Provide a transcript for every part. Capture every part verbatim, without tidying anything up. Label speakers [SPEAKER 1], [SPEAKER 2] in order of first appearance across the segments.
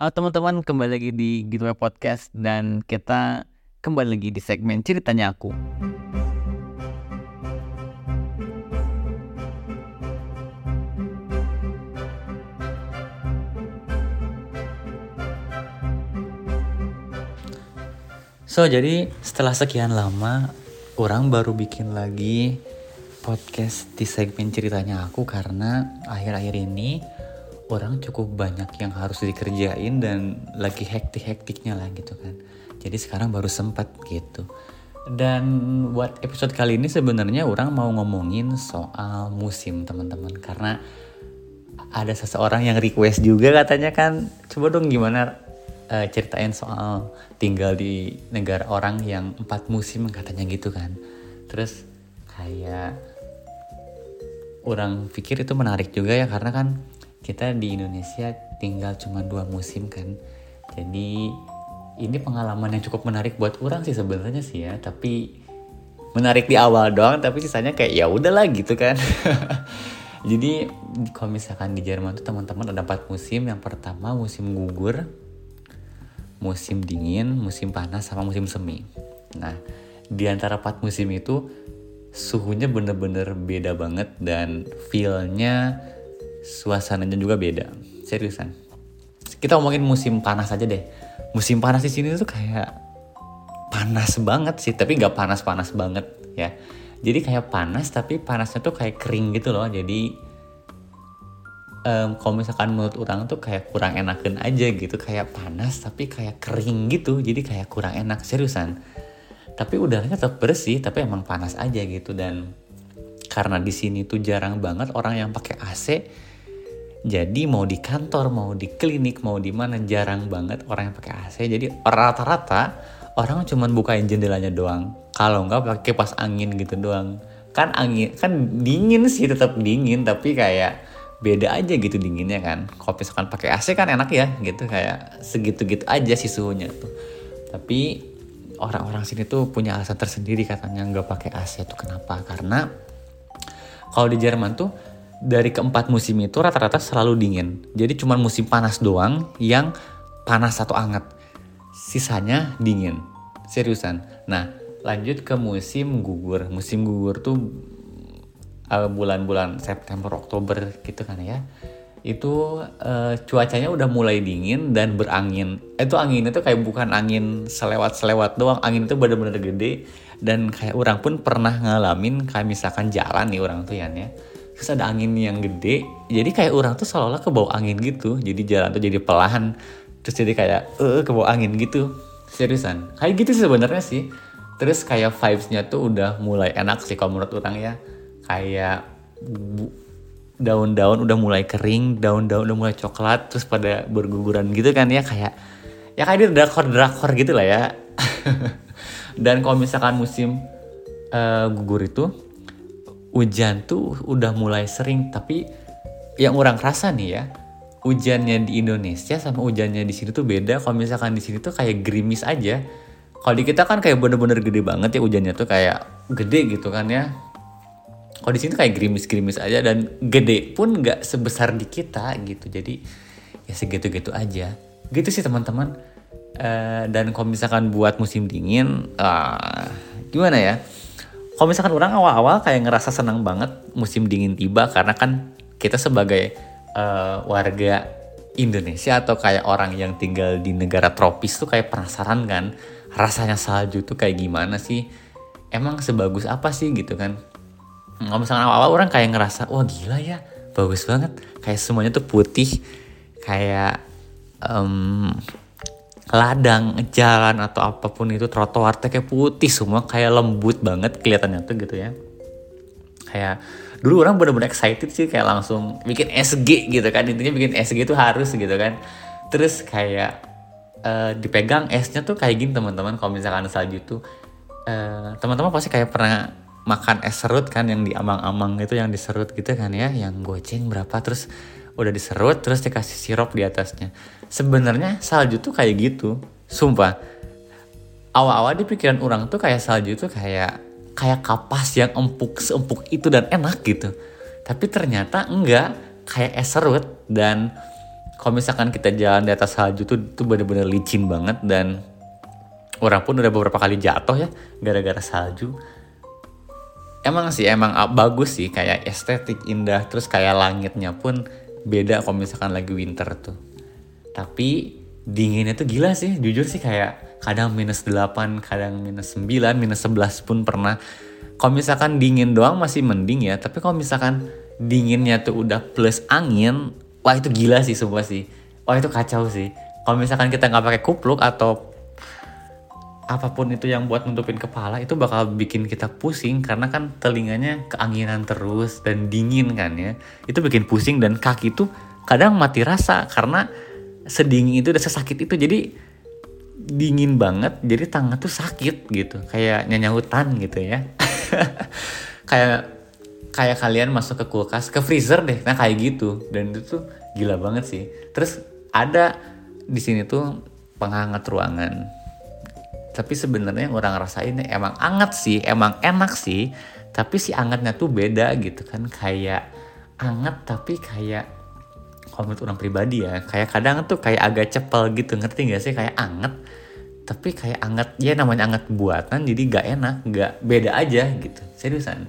[SPEAKER 1] Halo teman-teman, kembali lagi di Gitu Podcast dan kita kembali lagi di segmen Ceritanya Aku. So, jadi setelah sekian lama orang baru bikin lagi podcast di segmen Ceritanya Aku karena akhir-akhir ini orang cukup banyak yang harus dikerjain dan lagi hektik-hektiknya lah gitu kan. Jadi sekarang baru sempat gitu. Dan buat episode kali ini sebenarnya orang mau ngomongin soal musim teman-teman. Karena ada seseorang yang request juga katanya kan, coba dong gimana uh, ceritain soal tinggal di negara orang yang empat musim katanya gitu kan. Terus kayak orang pikir itu menarik juga ya karena kan kita di Indonesia tinggal cuma dua musim kan. Jadi ini pengalaman yang cukup menarik buat orang sih sebenarnya sih ya. Tapi menarik di awal doang, tapi sisanya kayak ya udahlah gitu kan. Jadi kalau misalkan di Jerman tuh teman-teman ada empat musim. Yang pertama musim gugur, musim dingin, musim panas, sama musim semi. Nah, di antara empat musim itu suhunya bener-bener beda banget dan feel-nya, suasananya juga beda. Seriusan. Kita ngomongin musim panas aja deh. Musim panas di sini tuh kayak panas banget sih, tapi nggak panas-panas banget ya. Jadi kayak panas tapi panasnya tuh kayak kering gitu loh. Jadi um, kalau misalkan menurut orang tuh kayak kurang enakan aja gitu. Kayak panas tapi kayak kering gitu. Jadi kayak kurang enak, seriusan. Tapi udaranya tetap bersih, tapi emang panas aja gitu. Dan karena di sini tuh jarang banget orang yang pakai A C. Jadi mau di kantor, mau di klinik, mau di mana jarang banget orang yang pakai A C. Jadi rata-rata orang cuma bukain jendelanya doang. Kalau nggak pakai kipas angin gitu doang. Kan angin kan dingin sih, tetap dingin, tapi kayak beda aja gitu dinginnya kan. Kalau misalkan pakai A C kan enak ya gitu, kayak segitu-gitu aja sih suhunya tuh. Tapi orang-orang sini tuh punya alasan tersendiri katanya nggak pakai A C tuh kenapa? Karena kalau di Jerman tuh dari keempat musim itu rata-rata selalu dingin. Jadi cuma musim panas doang yang panas atau hangat. Sisanya dingin. Seriusan. Nah, lanjut ke musim gugur. Musim gugur tuh uh, bulan-bulan September, Oktober gitu kan ya. Itu uh, cuacanya udah mulai dingin dan berangin. Itu anginnya tuh kayak bukan angin selewat-selewat doang. Angin itu benar-benar gede. Dan kayak orang pun pernah ngalamin kayak misalkan jalan nih orang tuh ya. Terus ada angin yang gede, jadi kayak orang tuh seolah-olah kebawa angin gitu. Jadi jalan tuh jadi pelan, terus jadi kayak eh kebawa angin gitu. Seriusan, kayak gitu sih sebenarnya sih. Terus kayak vibes-nya tuh udah mulai enak sih kalau menurut orang ya. Kayak bu- daun-daun udah mulai kering, daun-daun udah mulai coklat, terus pada berguguran gitu kan ya. Kayak ya kayak di drakor-drakor gitu lah ya. Dan kalau misalkan musim uh, gugur itu hujan tuh udah mulai sering, tapi yang orang rasa nih ya, hujannya di Indonesia sama hujannya di sini tuh beda. Kalau misalkan di sini tuh kayak gerimis aja. Kalau di kita kan kayak bener-bener gede banget ya hujannya tuh kayak gede gitu kan ya. Kalau di sini kayak gerimis-gerimis aja dan gede pun nggak sebesar di kita gitu. Jadi ya segitu-gitu aja. Gitu sih teman-teman. Uh, dan kalau misalkan buat musim dingin, uh, gimana ya? Kalau misalkan orang awal-awal kayak ngerasa senang banget musim dingin tiba karena kan kita sebagai uh, warga Indonesia atau kayak orang yang tinggal di negara tropis tuh kayak penasaran kan rasanya salju tuh kayak gimana sih, emang sebagus apa sih gitu kan. Kalau misalkan awal-awal orang kayak ngerasa wah gila ya bagus banget, kayak semuanya tuh putih, kayak um, ladang, jalan atau apapun itu trotoar kayak putih semua, kayak lembut banget kelihatannya tuh gitu ya. Kayak dulu orang bener-bener excited sih kayak langsung bikin S G gitu kan, intinya bikin S G tuh harus gitu kan. Terus kayak uh, dipegang esnya tuh kayak gini teman-teman. Kalau misalkan salju tuh uh, teman-teman pasti kayak pernah makan es serut kan yang di amang-amang itu, yang diserut gitu kan ya, yang goceng berapa terus udah diserut terus dikasih sirup di atasnya. Sebenarnya salju tuh kayak gitu, sumpah. Awal-awal di pikiran orang tuh kayak salju tuh kayak kayak kapas yang empuk seempuk itu dan enak gitu. Tapi ternyata enggak, kayak es serut. Dan kalau misalkan kita jalan di atas salju tuh tuh bener-bener licin banget, dan orang pun udah beberapa kali jatuh ya gara-gara salju. Emang sih emang bagus sih, kayak estetik indah, terus kayak langitnya pun beda kalau misalkan lagi winter tuh. Tapi dinginnya tuh gila sih, jujur sih, kayak kadang minus delapan, kadang minus sembilan, minus sebelas pun pernah. Kalau misalkan dingin doang masih mending ya, tapi kalau misalkan dinginnya tuh udah plus angin, wah itu gila sih sumpah sih. Wah itu kacau sih. Kalau misalkan kita nggak pakai kupluk atau apapun itu yang buat nutupin kepala, itu bakal bikin kita pusing karena kan telinganya keanginan terus dan dingin kan ya. Itu bikin pusing, dan kaki tuh kadang mati rasa karena sedingin itu dan sesakit itu. Jadi dingin banget, jadi tangan tuh sakit gitu, kayak nyanyautan gitu ya. kayak kayak kalian masuk ke kulkas, ke freezer deh, nah kayak gitu. Dan itu tuh gila banget sih. Terus ada di sini tuh penghangat ruangan. Tapi sebenarnya yang orang rasain emang anget sih, emang enak sih. Tapi si angetnya tuh beda gitu kan, kayak anget tapi kayak, kalau menurut orang pribadi ya, kayak kadang tuh kayak agak cepel gitu, ngerti gak sih? Kayak anget, tapi kayak anget, ya namanya anget buatan, jadi gak enak, gak beda aja gitu, seriusan.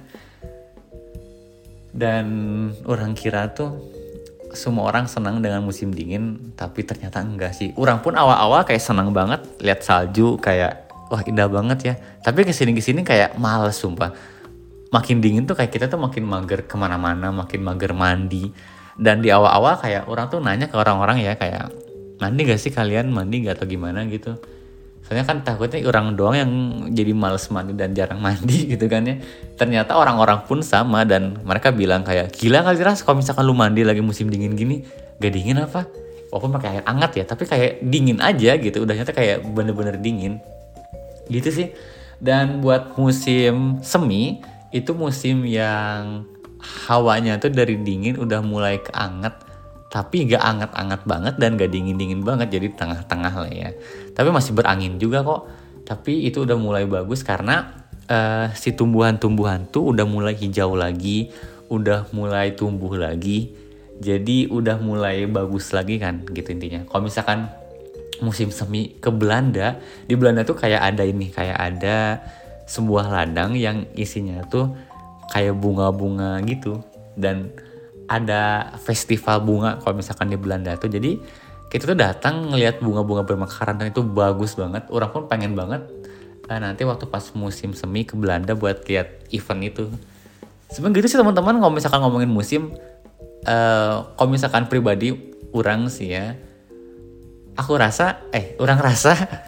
[SPEAKER 1] Dan orang kira tuh semua orang senang dengan musim dingin, tapi ternyata enggak sih. Orang pun awal-awal kayak senang banget lihat salju, kayak wah indah banget ya. Tapi kesini-kesini kayak males sumpah. Makin dingin tuh kayak kita tuh makin mager kemana-mana, makin mager mandi. Dan di awal-awal kayak orang tuh nanya ke orang-orang ya, kayak mandi gak sih kalian, mandi gak atau gimana gitu. Soalnya kan takutnya orang doang yang jadi males mandi dan jarang mandi gitu kan ya. Ternyata orang-orang pun sama, dan mereka bilang kayak, gila kali Ras kalau misalkan lu mandi lagi musim dingin gini. Gak dingin apa? Walaupun pakai air hangat ya, tapi kayak dingin aja gitu. Udah nyata kayak bener-bener dingin gitu sih. Dan buat musim semi, itu musim yang hawanya tuh dari dingin udah mulai ke anget, tapi gak anget-anget banget dan gak dingin-dingin banget, jadi tengah-tengah lah ya. Tapi masih berangin juga kok. Tapi itu udah mulai bagus karena uh, si tumbuhan-tumbuhan tuh udah mulai hijau lagi, udah mulai tumbuh lagi, jadi udah mulai bagus lagi kan gitu intinya. Kalau misalkan musim semi ke Belanda, di Belanda tuh kayak ada ini, kayak ada sebuah ladang yang isinya tuh kayak bunga-bunga gitu, dan ada festival bunga kalau misalkan di Belanda tuh. Jadi kita tuh datang ngelihat bunga-bunga bermekaran, dan itu bagus banget. Orang pun pengen banget uh, nanti waktu pas musim semi ke Belanda buat lihat event itu. Sebenarnya gitu sih teman-teman. Kalau misalkan ngomongin musim, uh, kalau misalkan pribadi orang sih ya, aku rasa, eh orang rasa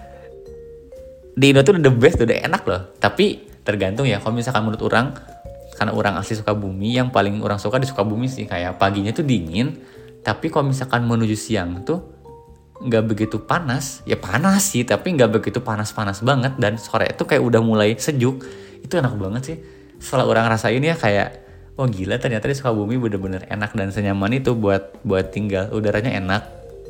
[SPEAKER 1] di Indo tuh udah the best, udah enak loh. Tapi tergantung ya, kalau misalkan menurut orang, karena orang asli Sukabumi, yang paling orang suka di Sukabumi sih, kayak paginya tuh dingin, tapi kalau misalkan menuju siang tuh nggak begitu panas, ya panas sih, tapi nggak begitu panas-panas banget, dan sore itu kayak udah mulai sejuk. Itu enak banget sih. Setelah orang rasain ya kayak, wah gila ternyata di Sukabumi bener-bener enak dan senyaman itu buat buat tinggal. Udaranya enak,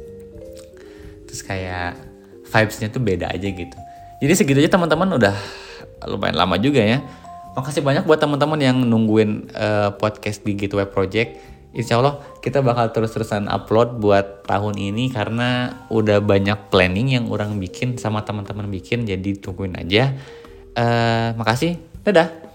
[SPEAKER 1] terus kayak vibes-nya tuh beda aja gitu. Jadi segitu aja teman-teman, udah lumayan lama juga ya. Makasih banyak buat teman-teman yang nungguin uh, podcast di Gateway Project. Insya Allah kita bakal terus-terusan upload buat tahun ini, karena udah banyak planning yang orang bikin sama teman-teman bikin. Jadi tungguin aja. Uh, makasih, dadah.